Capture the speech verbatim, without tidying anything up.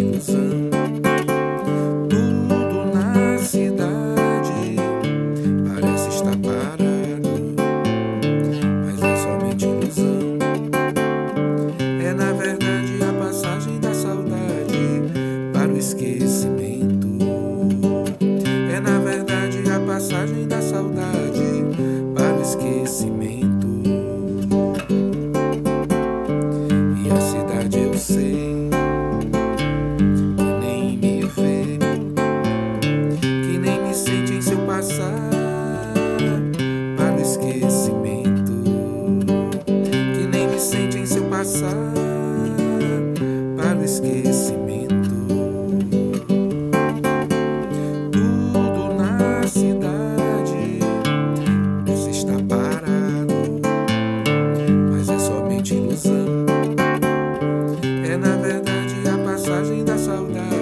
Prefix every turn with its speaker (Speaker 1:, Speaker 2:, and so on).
Speaker 1: ilusão. Tudo na cidade parece estar parado, mas é somente ilusão. É na verdade a passagem da saudade para o esquecimento. É na verdade a passagem da saudade para o esquecimento. E a cidade eu sei que nem me vê, que nem me sente em seu passar para o esquecimento, que nem me sente em seu passar para o esquecimento. Tudo na cidade você está parado, mas é somente ilusão. É na verdade a passagem da saudade